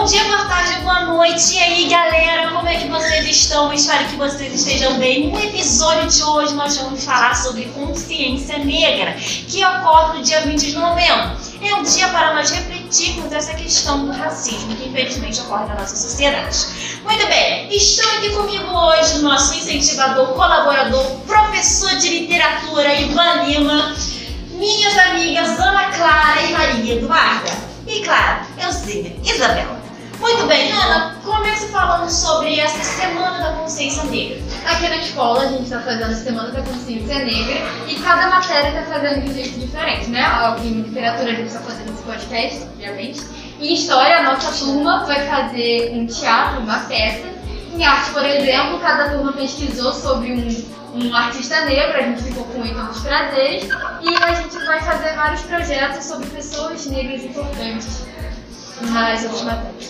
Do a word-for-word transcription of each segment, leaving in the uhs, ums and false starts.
dia, boa tarde, boa noite. E aí, galera, como é que vocês estão? Espero que vocês estejam bem. No episódio de hoje nós vamos falar sobre consciência negra, que ocorre no dia vinte de novembro. É um dia para nós refletirmos essa questão do racismo que infelizmente ocorre na nossa sociedade. Muito bem, estão aqui comigo hoje o nosso incentivador, colaborador, professor de literatura Ivan Lima, minhas amigas Ana Clara e Maria Eduarda. E claro, eu Zília Isabela. Muito bem, Ana, comece falando sobre essa Semana da Consciência Negra. Aqui na escola a gente está fazendo a Semana da Consciência Negra e cada matéria está fazendo de um jeito diferente, né? Em literatura a gente está fazendo esse podcast, obviamente. Em história, a nossa turma vai fazer um teatro, uma peça. Em arte, por exemplo, cada turma pesquisou sobre um, um artista negro, a gente ficou com oito dos prazeres. E a gente vai fazer vários projetos sobre pessoas negras importantes nas outras matérias.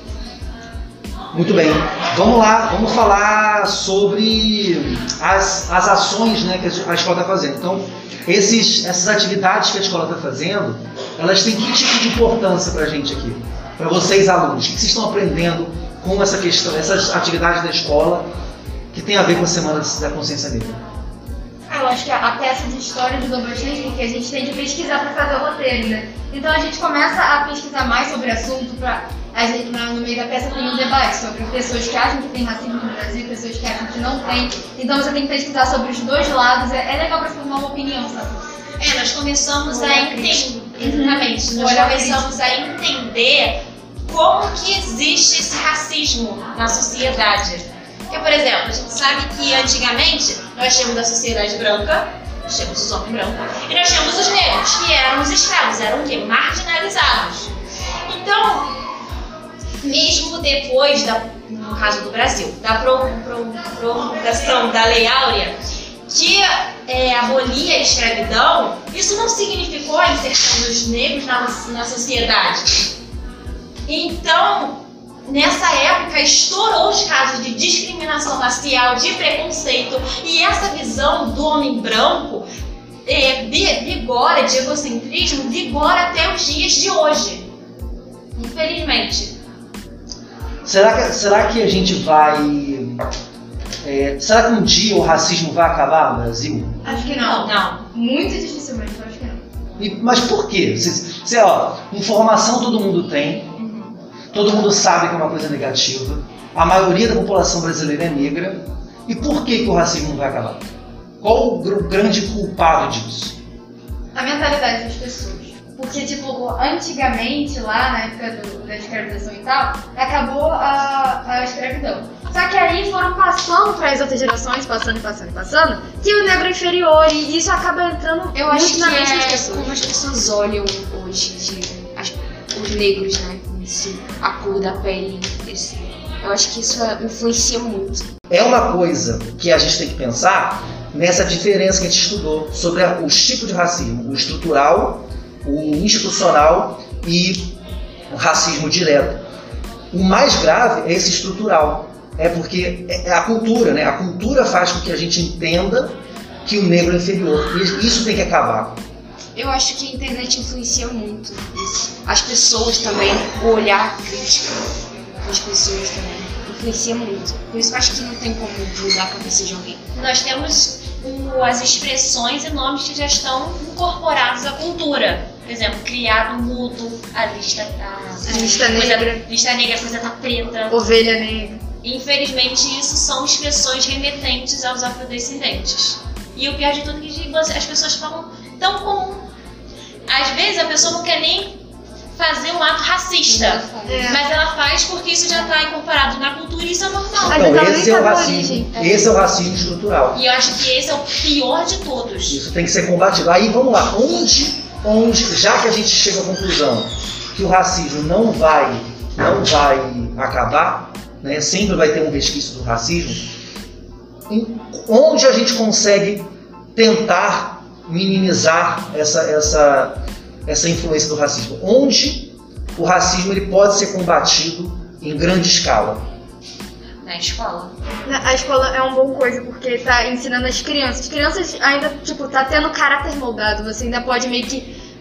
Muito bem, vamos lá, vamos falar sobre as, as ações, né, que a escola está fazendo. Então, esses, essas atividades que a escola está fazendo, elas têm que tipo de importância para a gente aqui? Para vocês, alunos, o que vocês estão aprendendo com essa questão, essas atividades da escola que tem a ver com a Semana da Consciência Negra? Eu acho que a peça de história ajudou bastante porque a gente tem que pesquisar para fazer o roteiro, né? Então a gente começa a pesquisar mais sobre o assunto, pra, a gente, no meio da peça tem um debate sobre pessoas que acham que tem racismo no Brasil e pessoas que acham que não tem. Então você tem que pesquisar sobre os dois lados, é, é legal para formar uma opinião, sabe? É, nós começamos a entender, exatamente, nós começamos a entender como que existe esse racismo na sociedade. Porque, por exemplo, a gente sabe que antigamente nós tínhamos a sociedade branca, nós tínhamos os homens brancos, e nós tínhamos os negros, que eram os escravos, eram o quê? Marginalizados. Então, mesmo depois, da, no caso do Brasil, da promulgação da Lei Áurea, que é, abolia a escravidão, isso não significou a inserção dos negros na, na sociedade. Então, nessa época, estourou os casos de discriminação racial, de preconceito, e essa visão do homem branco é, vigora, de egocentrismo, vigora até os dias de hoje. Infelizmente. Será que, será que a gente vai... É, será que um dia o racismo vai acabar no Brasil? Acho que não. Não. Muito dificilmente, eu acho que não. E, mas por quê? Você, você, ó, informação todo mundo tem. Todo mundo sabe que é uma coisa negativa. A maioria da população brasileira é negra. E por que, que o racismo não vai acabar? Qual o gr- grande culpado disso? A mentalidade das pessoas. Porque, tipo, antigamente, lá na época do, da escravização e tal, acabou a, a escravidão. Só que aí foram passando para as outras gerações, passando e passando e passando, que o negro é inferior, e isso acaba entrando eu acho que na mente das é pessoas. como as pessoas olham hoje de, as, os negros, né? Si, a cor da pele. Eles, eu acho que isso influencia muito. É uma coisa que a gente tem que pensar nessa diferença que a gente estudou sobre a, os tipos de racismo, o estrutural, o institucional e o racismo direto. O mais grave é esse estrutural, é porque é a cultura, né? A cultura faz com que a gente entenda que o negro é inferior, e isso tem que acabar. Eu acho que a internet influencia muito isso. As pessoas também, o olhar crítico das pessoas também influencia muito. Por isso que eu acho que não tem como mudar a cabeça de alguém. Nós temos o, as expressões e nomes que já estão incorporados à cultura. Por exemplo, criado mudo, a lista, a, a lista negra, lista negra, coiseta preta, ovelha negra. Infelizmente, isso são expressões remetentes aos afrodescendentes. E o pior de tudo é que as pessoas falam tão comum. Às vezes a pessoa não quer nem fazer um ato racista, é. mas ela faz porque isso já está incorporado na cultura e isso é normal. Não, esse é o racismo, é. esse é o racismo estrutural. E eu acho que esse é o pior de todos. Isso tem que ser combatido. Aí vamos lá, onde, onde, já que a gente chega à conclusão que o racismo não vai, não vai acabar, né, sempre vai ter um resquício do racismo, onde a gente consegue tentar minimizar essa, essa, essa influência do racismo? Onde o racismo ele pode ser combatido em grande escala? Na escola. A escola é uma boa coisa porque tá ensinando as crianças. As crianças ainda, tipo, tá tendo caráter moldado. Você ainda pode meio que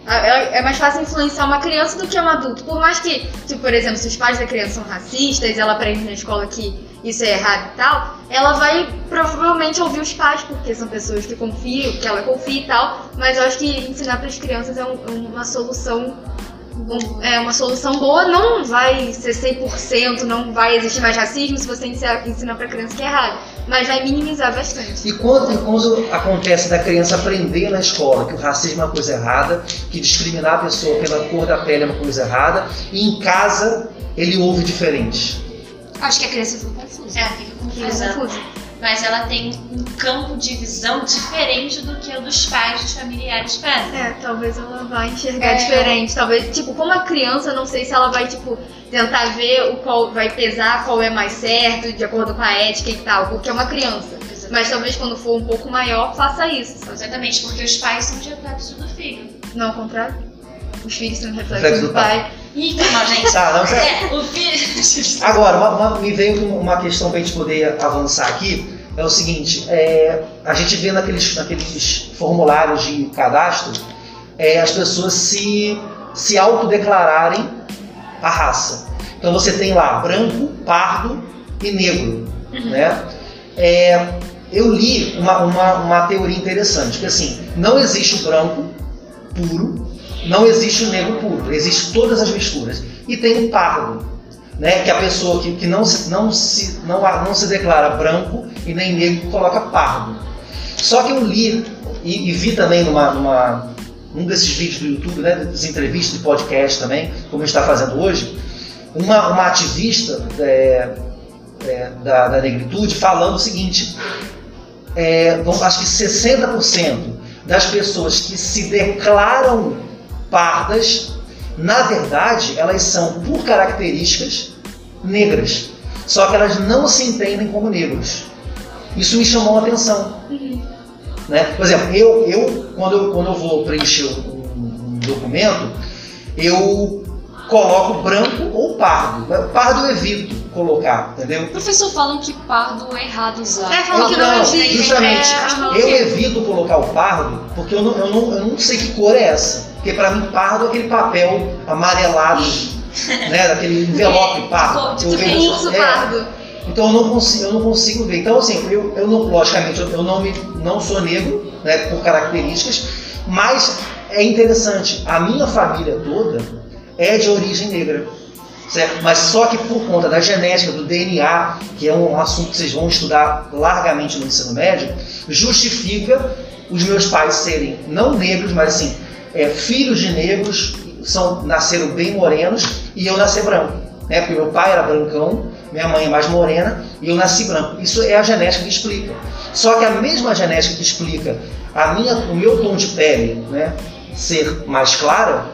É mais fácil influenciar uma criança do que um adulto. Por mais que, tipo, por exemplo, se os pais da criança são racistas, ela aprende na escola que isso é errado e tal, ela vai provavelmente ouvir os pais, porque são pessoas que confiam, que ela confia e tal. Mas eu acho que ensinar para as crianças é um, uma solução um, é uma solução boa. Não vai ser cem por cento, não vai existir mais racismo se você ensinar, ensinar para a criança que é errado, mas vai minimizar bastante. E quando, e quando acontece da criança aprender na escola que o racismo é uma coisa errada, que discriminar a pessoa pela cor da pele é uma coisa errada, e em casa ele ouve diferente? Acho que a criança fica confusa. É, fica confusa. confusa. Mas ela tem um campo de visão diferente do que o dos pais, dos familiares fazem. É, talvez ela vai enxergar É. diferente. Talvez, tipo, como a criança, não sei se ela vai, tipo, tentar ver o qual vai pesar, qual é mais certo, de acordo com a ética e tal, porque é uma criança. Mas talvez quando for um pouco maior, faça isso. Sabe? Exatamente, porque os pais são de reflexo do filho. Não, ao contrário. Os filhos são reflexos Reflexo do do pai. Ih, calma, gente. Tá, não, É, o filho... Agora, uma, uma, me veio uma questão para a gente poder avançar aqui. É o seguinte, é, a gente vê naqueles, naqueles formulários de cadastro é, as pessoas se, se autodeclararem a raça. Então você tem lá branco, pardo e negro. Uhum. Né? É, eu li uma, uma, uma teoria interessante, que assim, não existe o branco puro, não existe o negro puro, existe todas as misturas. E tem o pardo, né, que é a pessoa que, que não, se, não, se, não, não se declara branco e nem negro, coloca pardo. Só que eu li e, e vi também numa, numa, num desses vídeos do YouTube, né, das entrevistas de podcast também, como a gente está fazendo hoje, uma, uma ativista é, é, da, da negritude falando o seguinte, é, acho que sessenta por cento das pessoas que se declaram pardas, na verdade, elas são, por características, negras. Só que elas não se entendem como negros. Isso me chamou a atenção. Uhum. Né? Por exemplo, eu, eu, quando, eu quando eu vou preencher um, um documento, eu coloco branco ou pardo. Pardo eu evito colocar, entendeu? O professor falam que pardo é errado usar. É, falam Eu, que não não, existe. justamente, É, eu evito colocar o pardo porque eu não, eu não, eu não sei que cor é essa. Porque pra mim pardo é aquele papel amarelado, né, daquele envelope pardo. Tipo Eu vejo- Urso é. pardo. Então eu não consigo, eu não consigo ver. Então assim, eu, eu não, logicamente, eu, eu não, me, não sou negro, né, por características, mas é interessante, a minha família toda é de origem negra, certo? Mas só que por conta da genética, do D N A, que é um assunto que vocês vão estudar largamente no ensino médio, justifica os meus pais serem não negros, mas assim, é, filhos de negros, são, nasceram bem morenos, e eu nasci branco, né? Porque meu pai era brancão, minha mãe é mais morena, e eu nasci branco. Isso é a genética que explica. Só que a mesma genética que explica a minha, o meu tom de pele, né, ser mais clara,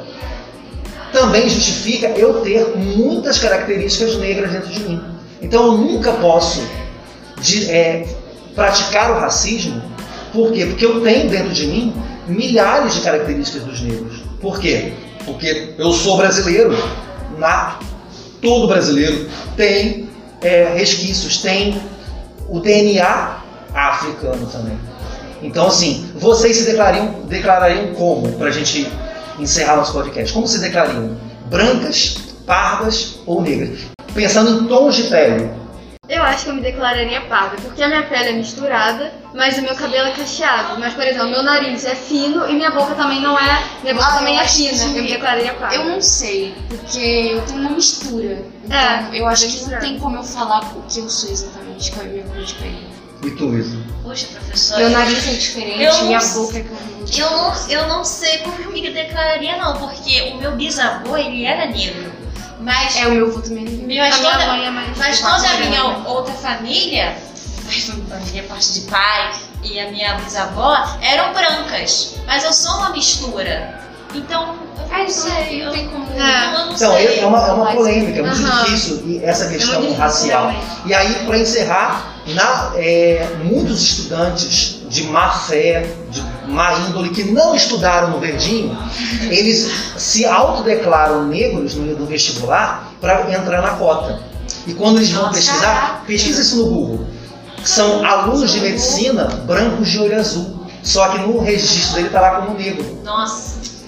também justifica eu ter muitas características negras dentro de mim. Então eu nunca posso de, é, praticar o racismo. Por quê? Porque eu tenho dentro de mim milhares de características dos negros. Por quê? Porque eu sou brasileiro, nato. Todo brasileiro tem é, resquícios, tem o D N A africano também. Então, assim, vocês se declarariam, declarariam como, para a gente encerrar nosso podcast? Como se declarariam? Brancas, pardas ou negras? Pensando em tons de pele. Eu acho que eu me declararia parda, porque a minha pele é misturada, mas o meu cabelo é cacheado. Mas, por exemplo, meu nariz é fino e minha boca também não é. Minha boca Ah, também eu é acho fina. que- Eu me declararia parda. Eu não sei, porque eu tenho uma mistura. Então, É, eu acho que não misturado. tem como eu falar o que eu sou exatamente, qual é a minha cor de pele. E tu, Isa? Poxa, professora. Meu nariz é diferente, Eu minha não- boca é diferente. Eu não, eu não sei como eu me declararia, não, porque o meu bisavô, ele era negro. Mas, É, o meu avô também. mas a minha toda, mãe é mais. mas mais toda a morena. minha outra família, a minha parte de pai e a minha bisavó, eram brancas. Mas eu sou uma mistura. Então, eu Ah, eu não sei, eu, não tem como. É. eu não Então, sei. é uma, é uma Mas- polêmica, é muito Aham. difícil e essa É questão muito difícil, racial. realmente. E aí, para encerrar, na, é, muitos estudantes de má fé, de má índole, que não estudaram no Verdinho, eles se autodeclaram negros no, no vestibular para entrar na cota. E quando eles vão Nossa, pesquisar, caraca. pesquisa isso no Google. São alunos de medicina brancos de olho azul. Só que no registro dele está lá como negro. Nossa.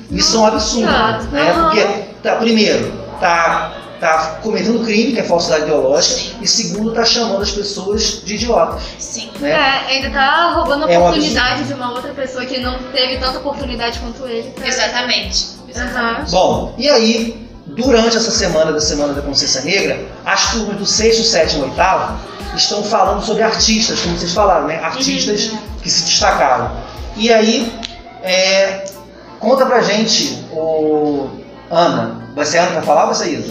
Isso é um absurdo, Nossa. né? Uhum. Porque, tá, primeiro, tá, tá cometendo crime, que é falsidade ideológica, Sim. e segundo, tá chamando as pessoas de idiotas. Sim. Né? É, ainda tá roubando a É um oportunidade de uma outra pessoa que não teve tanta oportunidade quanto ele. pra- Exatamente. Aham. Bom, e aí, durante essa semana da Semana da Consciência Negra, as turmas do sexto, sétimo e oitavo estão falando sobre artistas, como vocês falaram, né? Artistas que se destacaram. E aí, é, conta pra gente, o Ana. Vai ser a Ana que vai falar ou vai ser a Isa?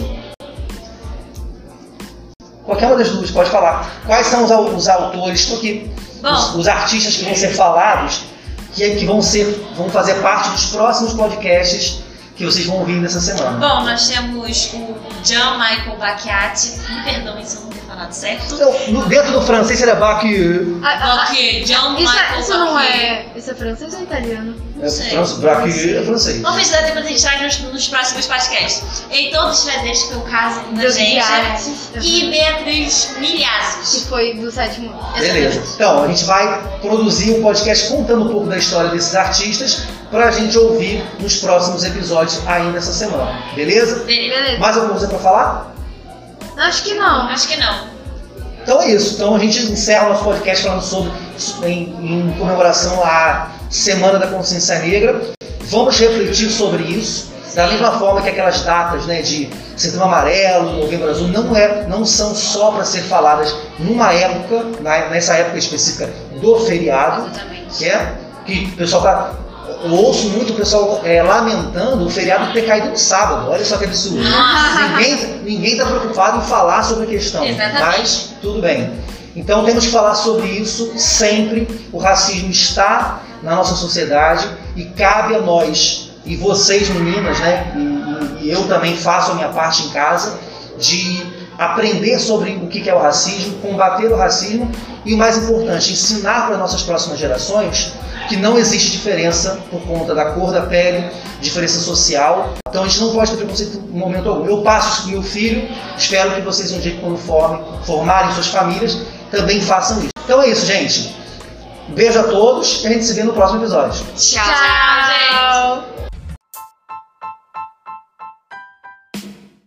Qualquer uma das duas, pode falar. Quais são os, au- os autores, estou aqui, Bom. os, os artistas que vão ser falados, que, que vão, ser, vão fazer parte dos próximos podcasts que vocês vão ouvir nessa semana. Bom, nós temos o Jean Michael Basquiat. Me perdoem se eu não ter falado certo. Então, no- dentro do francês seria Bacu. Ah, ah, ah, Ok, Jean isso, é, Michael isso não Basquiat. é. Isso é francês ou italiano? É, sei. França- Bacu é francês. Vamos pesquisar depois a gente traz nos, nos próximos podcasts. Heitor dos Prazeres, que foi o caso da Dos gente. Viagens. E Beatriz Que Milhazes. foi do sétimo ano. Beleza. Então, a gente vai produzir um podcast contando um pouco da história desses artistas pra gente ouvir nos próximos episódios ainda essa semana. Beleza? Beleza. Beleza. Mais alguma coisa pra falar? Acho que não. Acho que não. Então é isso. Então a gente encerra o nosso podcast falando sobre, em, em comemoração à Semana da Consciência Negra. Vamos refletir sobre isso. Da mesma forma que aquelas datas, né, de Setembro Amarelo, Novembro Azul, não, é, não são só para ser faladas numa época, na- nessa época específica do feriado, Exatamente. que é que o pessoal tá. Eu ouço muito o pessoal é, lamentando o feriado ter caído no sábado. Olha só que absurdo. Ninguém, ninguém está preocupado em falar sobre a questão. Exatamente. Mas tudo bem. Então temos que falar sobre isso sempre. O racismo está na nossa sociedade e cabe a nós e vocês, meninas, né? E, e eu também faço a minha parte em casa de aprender sobre o que é o racismo, combater o racismo e, o mais importante, ensinar para nossas próximas gerações que não existe diferença por conta da cor da pele, diferença social. Então a gente não pode ter preconceito em momento algum. Eu passo isso para o meu filho, espero que vocês um dia, quando formem, formarem suas famílias, também façam isso. Então é isso, gente. Um beijo a todos e a gente se vê no próximo episódio. Tchau, tchau, gente.